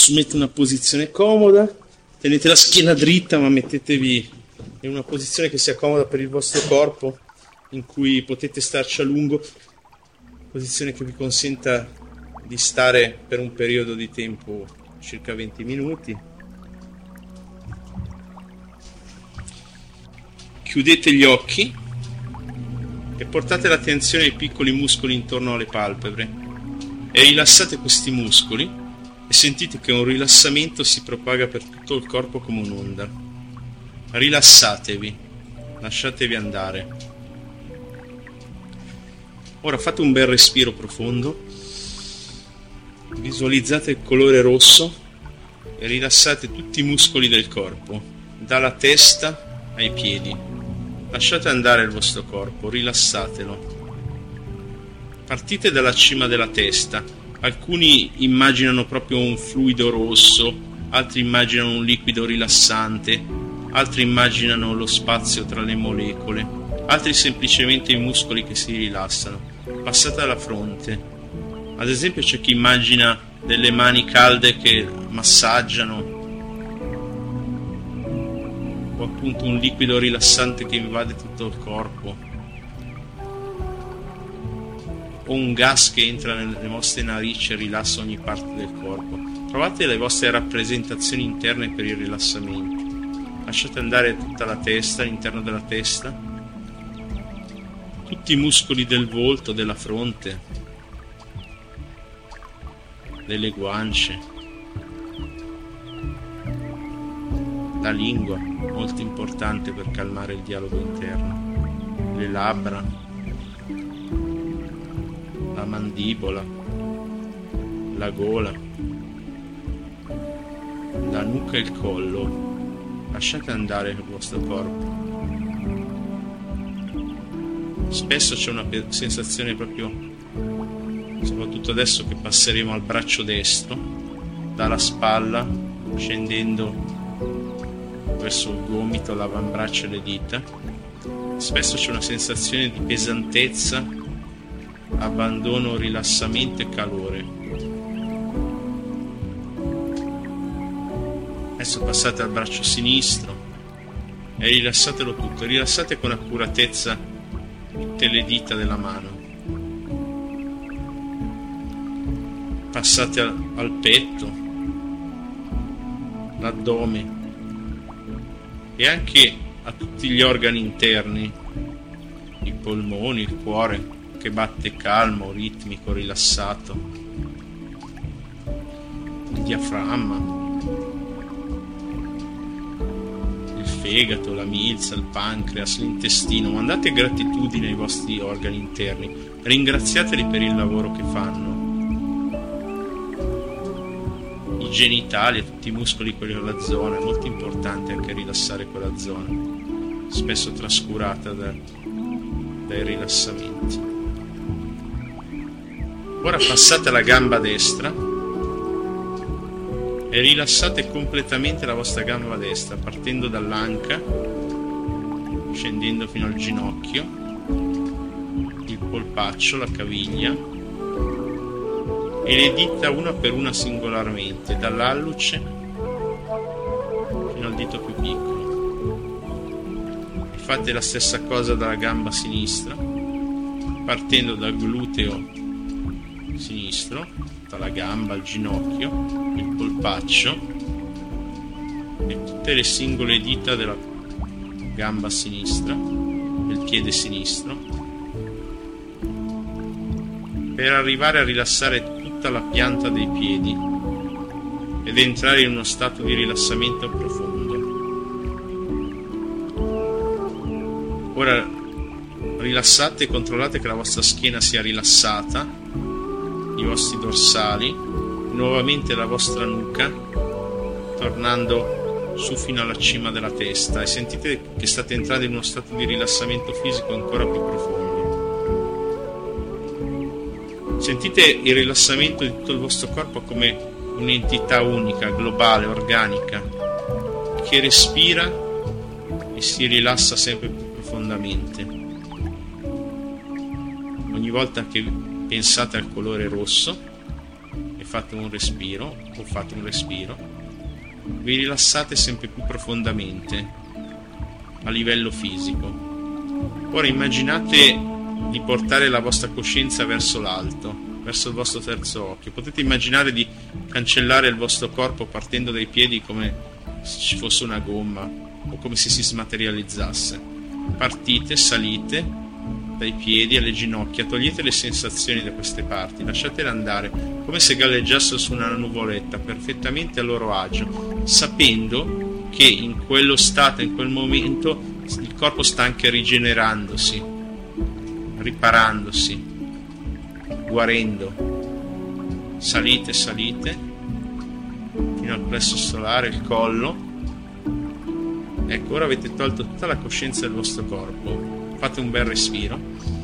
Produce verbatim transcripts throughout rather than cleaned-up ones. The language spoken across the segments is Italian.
assumete una posizione comoda, tenete la schiena dritta ma mettetevi in una posizione che sia comoda per il vostro corpo, in cui potete starci a lungo, posizione che vi consenta di stare per un periodo di tempo circa venti minuti. Chiudete gli occhi e portate l'attenzione ai piccoli muscoli intorno alle palpebre e rilassate questi muscoli e sentite che un rilassamento si propaga per tutto il corpo come un'onda. Rilassatevi, lasciatevi andare. Ora fate un bel respiro profondo, visualizzate il colore rosso e rilassate tutti i muscoli del corpo, dalla testa ai piedi. Lasciate andare il vostro corpo, rilassatelo. Partite dalla cima della testa. Alcuni immaginano proprio un fluido rosso, altri immaginano un liquido rilassante, altri immaginano lo spazio tra le molecole, altri semplicemente i muscoli che si rilassano. Passate alla fronte. Ad esempio c'è chi immagina delle mani calde che massaggiano, o appunto un liquido rilassante che invade tutto il corpo, o un gas che entra nelle vostre narici e rilassa ogni parte del corpo. Trovate le vostre rappresentazioni interne per il rilassamento. Lasciate andare tutta la testa, all'interno della testa, tutti i muscoli del volto, della fronte, delle guance, la lingua, molto importante per calmare il dialogo interno, le labbra, la mandibola, la gola, la nuca e il collo. Lasciate andare il vostro corpo. Spesso c'è una sensazione proprio, soprattutto adesso che passeremo al braccio destro, dalla spalla scendendo verso il gomito, l'avambraccio e le dita. Spesso c'è una sensazione di pesantezza, abbandono, rilassamento e calore. Adesso passate al braccio sinistro e rilassatelo tutto. Rilassate con accuratezza tutte le dita della mano. Passate al, al petto, l'addome e anche a tutti gli organi interni, i polmoni, il cuore che batte calmo, ritmico, rilassato, il diaframma, il fegato, la milza, il pancreas, l'intestino. Mandate gratitudine ai vostri organi interni, ringraziateli per il lavoro che fanno. I genitali e tutti i muscoli, quelli della zona, è molto importante anche rilassare quella zona, spesso trascurata da, dai rilassamenti. Ora passate alla gamba destra e rilassate completamente la vostra gamba destra, partendo dall'anca, scendendo fino al ginocchio, il polpaccio, la caviglia, e le dita una per una singolarmente, dall'alluce fino al dito più piccolo. E fate la stessa cosa dalla gamba sinistra, partendo dal gluteo sinistro, dalla gamba al ginocchio, il polpaccio e tutte le singole dita della gamba sinistra, del piede sinistro, per arrivare a rilassare tutta la pianta dei piedi ed entrare in uno stato di rilassamento profondo. Ora rilassate e controllate che la vostra schiena sia rilassata, i vostri dorsali, nuovamente la vostra nuca, tornando su fino alla cima della testa, e sentite che state entrando in uno stato di rilassamento fisico ancora più profondo. Sentite il rilassamento di tutto il vostro corpo come un'entità unica, globale, organica, che respira e si rilassa sempre più profondamente. Ogni volta che pensate al colore rosso, e fate un respiro o fate un respiro, vi rilassate sempre più profondamente a livello fisico. Ora immaginate di portare la vostra coscienza verso l'alto, verso il vostro terzo occhio. Potete immaginare di cancellare il vostro corpo partendo dai piedi come se ci fosse una gomma o come se si smaterializzasse. Partite, salite dai piedi alle ginocchia, togliete le sensazioni da queste parti, lasciatele andare come se galleggiassero su una nuvoletta, perfettamente a loro agio, sapendo che in quello stato, in quel momento, il corpo sta anche rigenerandosi, riparandosi, guarendo. Salite, salite fino al plesso solare, il collo. Ecco, ora avete tolto tutta la coscienza del vostro corpo. Fate un bel respiro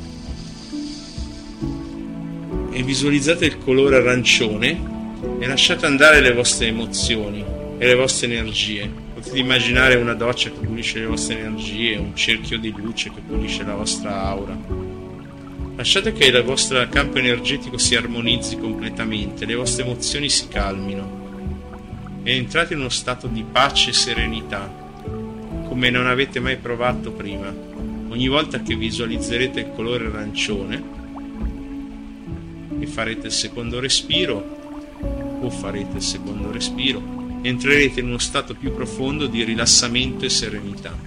e visualizzate il colore arancione e lasciate andare le vostre emozioni e le vostre energie. Potete immaginare una doccia che pulisce le vostre energie, un cerchio di luce che pulisce la vostra aura. Lasciate che il vostro campo energetico si armonizzi completamente, le vostre emozioni si calmino e entrate in uno stato di pace e serenità come non avete mai provato prima. Ogni volta che visualizzerete il colore arancione e farete il secondo respiro o farete il secondo respiro, entrerete in uno stato più profondo di rilassamento e serenità.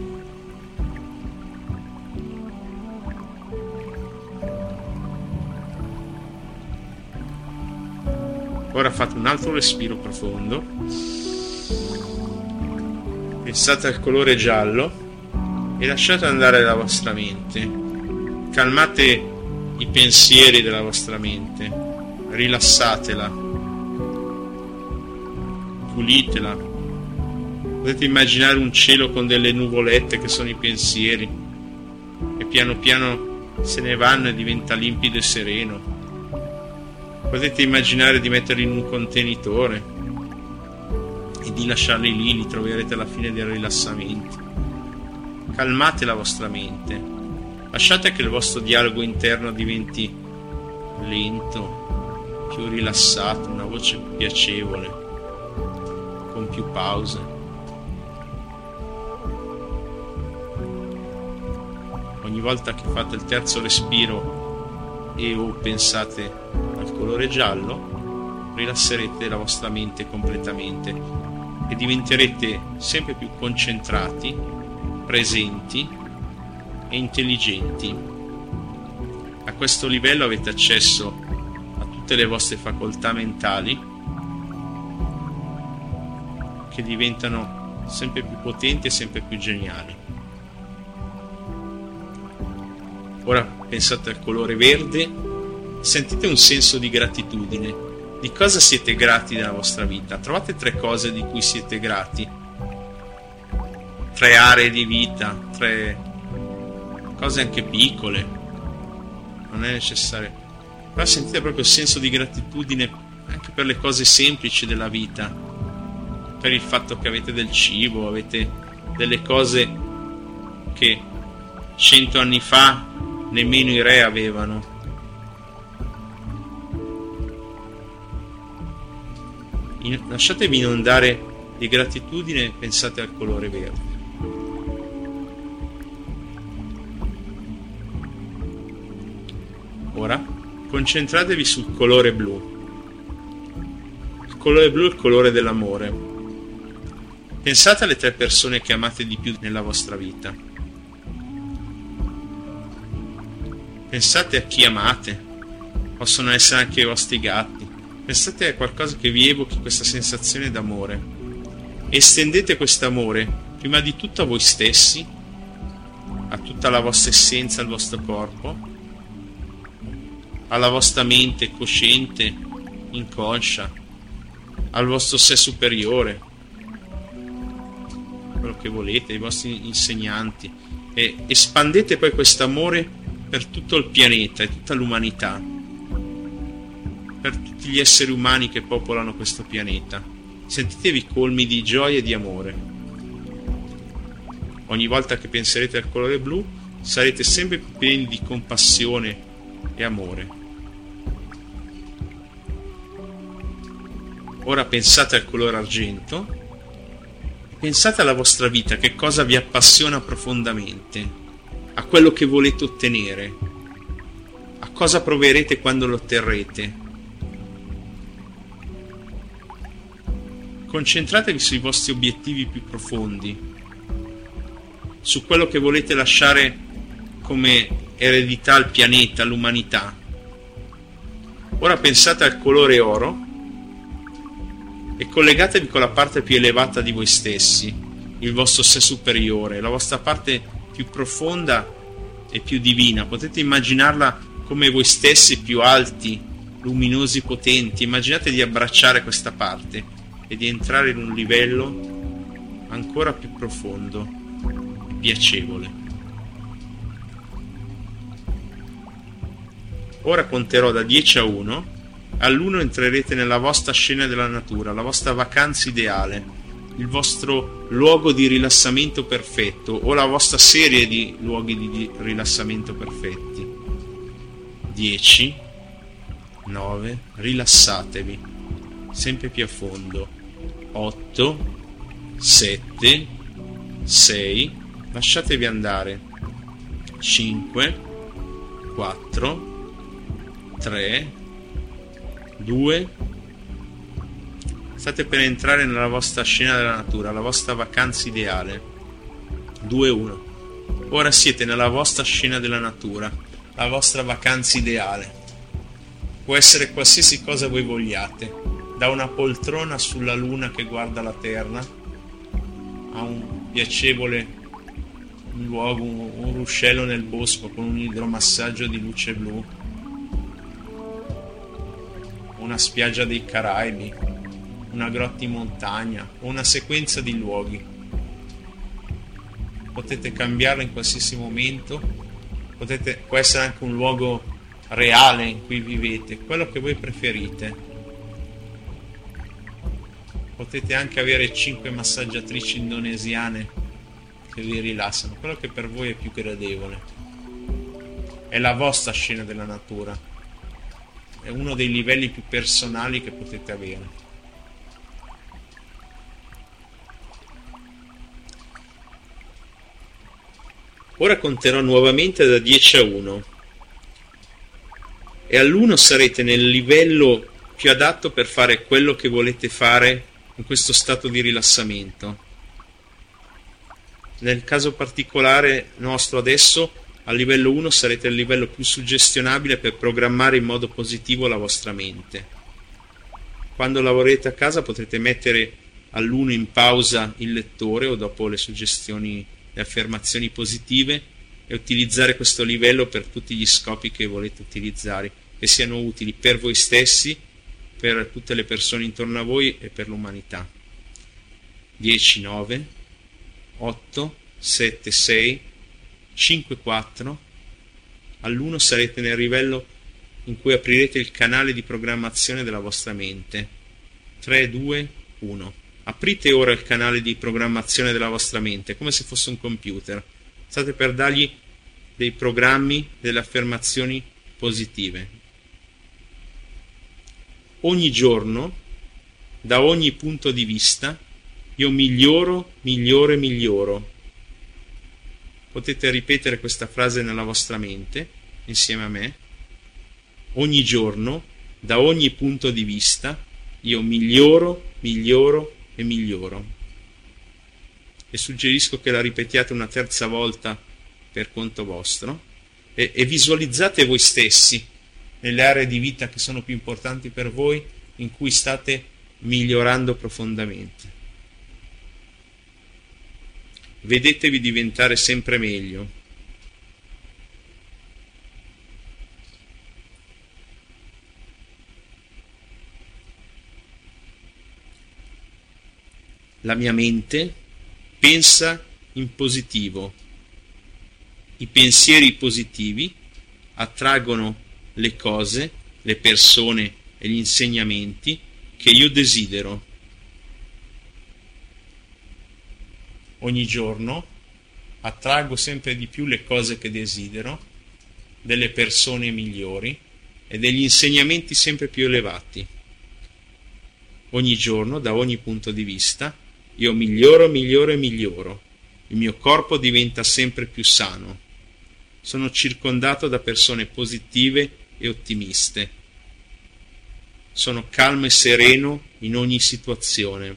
Ora fate un altro respiro profondo, pensate al colore giallo e lasciate andare la vostra mente. Calmate i pensieri della vostra mente, rilassatela, pulitela. Potete immaginare un cielo con delle nuvolette che sono i pensieri e piano piano se ne vanno e diventa limpido e sereno. Potete immaginare di metterli in un contenitore e di lasciarli lì, li troverete alla fine del rilassamento. Calmate la vostra mente, lasciate che il vostro dialogo interno diventi lento, più rilassato, una voce più piacevole, con più pause. Ogni volta che fate il terzo respiro e o pensate al colore giallo, rilasserete la vostra mente completamente e diventerete sempre più concentrati, presenti e intelligenti. A questo livello avete accesso a tutte le vostre facoltà mentali che diventano sempre più potenti e sempre più geniali. Ora pensate al colore verde, sentite un senso di gratitudine. Di cosa siete grati nella vostra vita? Trovate tre cose di cui siete grati. Tre aree di vita, tre cose anche piccole, non è necessario, però sentite proprio il senso di gratitudine anche per le cose semplici della vita, per il fatto che avete del cibo, avete delle cose che cento anni fa nemmeno i re avevano. In, lasciatevi inondare di gratitudine e pensate al colore verde. Ora concentratevi sul colore blu. Il colore blu è il colore dell'amore. Pensate alle tre persone che amate di più nella vostra vita. Pensate a chi amate. Possono essere anche i vostri gatti. Pensate a qualcosa che vi evochi questa sensazione d'amore. Estendete questo amore prima di tutto a voi stessi, a tutta la vostra essenza, al vostro corpo, alla vostra mente cosciente, inconscia, al vostro sé superiore, quello che volete, ai vostri insegnanti, e espandete poi questo amore per tutto il pianeta e tutta l'umanità, per tutti gli esseri umani che popolano questo pianeta. Sentitevi colmi di gioia e di amore. Ogni volta che penserete al colore blu sarete sempre più pieni di compassione e amore. Ora pensate al colore argento. Pensate alla vostra vita, che cosa vi appassiona profondamente, a quello che volete ottenere, a cosa proverete quando lo otterrete. Concentratevi sui vostri obiettivi più profondi, su quello che volete lasciare come eredità al pianeta, all'umanità. Ora pensate al colore oro e collegatevi con la parte più elevata di voi stessi, il vostro sé superiore, la vostra parte più profonda e più divina. Potete immaginarla come voi stessi, più alti, luminosi, potenti. Immaginate di abbracciare questa parte e di entrare in un livello ancora più profondo, piacevole. Ora conterò da dieci a uno. All'uno entrerete nella vostra scena della natura, la vostra vacanza ideale, il vostro luogo di rilassamento perfetto o la vostra serie di luoghi di, di rilassamento perfetti. dieci, nove, rilassatevi sempre più a fondo. otto, sette, sei, lasciatevi andare. cinque, quattro, tre, due. State per entrare nella vostra scena della natura, la vostra vacanza ideale. due, uno. Ora siete nella vostra scena della natura, la vostra vacanza ideale. Può essere qualsiasi cosa voi vogliate, da una poltrona sulla luna che guarda la terra a un piacevole luogo, un ruscello nel bosco con un idromassaggio di luce blu, una spiaggia dei Caraibi, una grotta in montagna o una sequenza di luoghi. Potete cambiarlo in qualsiasi momento, potete, può essere anche un luogo reale in cui vivete, quello che voi preferite. Potete anche avere cinque massaggiatrici indonesiane che vi rilassano, quello che per voi è più gradevole. È la vostra scena della natura. È uno dei livelli più personali che potete avere. Ora conterò nuovamente da dieci a uno e all'uno sarete nel livello più adatto per fare quello che volete fare in questo stato di rilassamento. Nel caso particolare nostro adesso, al livello uno sarete al livello più suggestionabile per programmare in modo positivo la vostra mente. Quando lavorerete a casa potrete mettere all'uno in pausa il lettore o dopo le suggestioni, le affermazioni positive, e utilizzare questo livello per tutti gli scopi che volete utilizzare, che siano utili per voi stessi, per tutte le persone intorno a voi e per l'umanità. dieci, nove, otto, sette, sei, cinque, quattro. All'uno sarete nel livello in cui aprirete il canale di programmazione della vostra mente. tre, due, uno. Aprite ora il canale di programmazione della vostra mente come se fosse un computer. State per dargli dei programmi, delle affermazioni positive. Ogni giorno, da ogni punto di vista, io miglioro, miglioro e miglioro. Potete ripetere questa frase nella vostra mente, insieme a me. Ogni giorno, da ogni punto di vista, io miglioro, miglioro e miglioro. E suggerisco che la ripetiate una terza volta per conto vostro e, e visualizzate voi stessi nelle aree di vita che sono più importanti per voi, in cui state migliorando profondamente. Vedetevi diventare sempre meglio. La mia mente pensa in positivo. I pensieri positivi attraggono le cose, le persone e gli insegnamenti che io desidero. Ogni giorno attraggo sempre di più le cose che desidero, delle persone migliori e degli insegnamenti sempre più elevati. Ogni giorno, da ogni punto di vista, io miglioro, miglioro e miglioro. Il mio corpo diventa sempre più sano. Sono circondato da persone positive e ottimiste. Sono calmo e sereno in ogni situazione.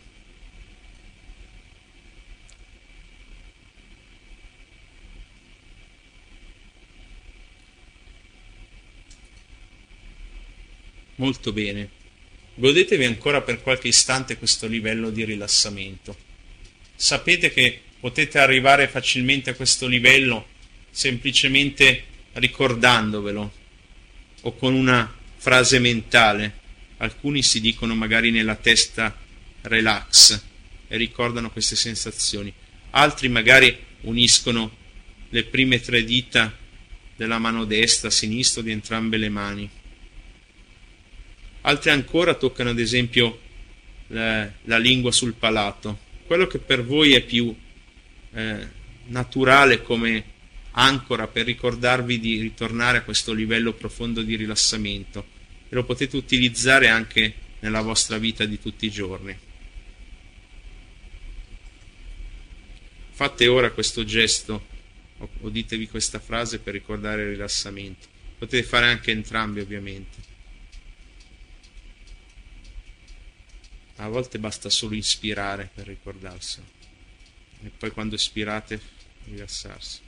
Molto bene. Godetevi ancora per qualche istante questo livello di rilassamento. Sapete che potete arrivare facilmente a questo livello semplicemente ricordandovelo o con una frase mentale. Alcuni si dicono magari nella testa relax e ricordano queste sensazioni. Altri magari uniscono le prime tre dita della mano destra, sinistra, di entrambe le mani. Altri ancora toccano ad esempio la, la lingua sul palato, quello che per voi è più eh, naturale come ancora per ricordarvi di ritornare a questo livello profondo di rilassamento, e lo potete utilizzare anche nella vostra vita di tutti i giorni. Fate ora questo gesto o, o ditevi questa frase per ricordare il rilassamento. Potete fare anche entrambi, ovviamente. A volte basta solo ispirare per ricordarselo e poi quando espirate rilassarsi.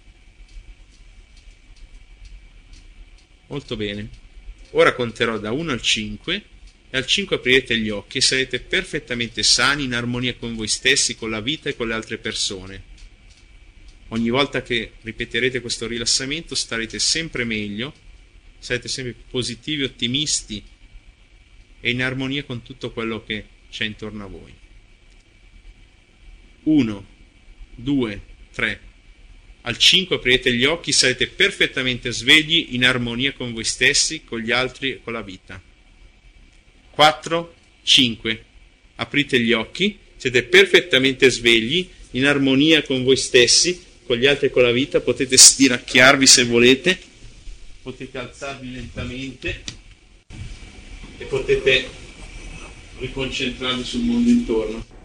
Molto bene. Ora conterò da uno al cinque e al cinque aprirete gli occhi e sarete perfettamente sani, in armonia con voi stessi, con la vita e con le altre persone. Ogni volta che ripeterete questo rilassamento starete sempre meglio, sarete sempre più positivi, ottimisti e in armonia con tutto quello che c'è intorno a voi. uno, due, tre. Al cinque aprirete gli occhi, sarete perfettamente svegli, in armonia con voi stessi, con gli altri e con la vita. quattro, cinque. Aprite gli occhi, siete perfettamente svegli, in armonia con voi stessi, con gli altri e con la vita. Potete stiracchiarvi se volete, potete alzarvi lentamente e potete riconcentrarvi sul mondo intorno.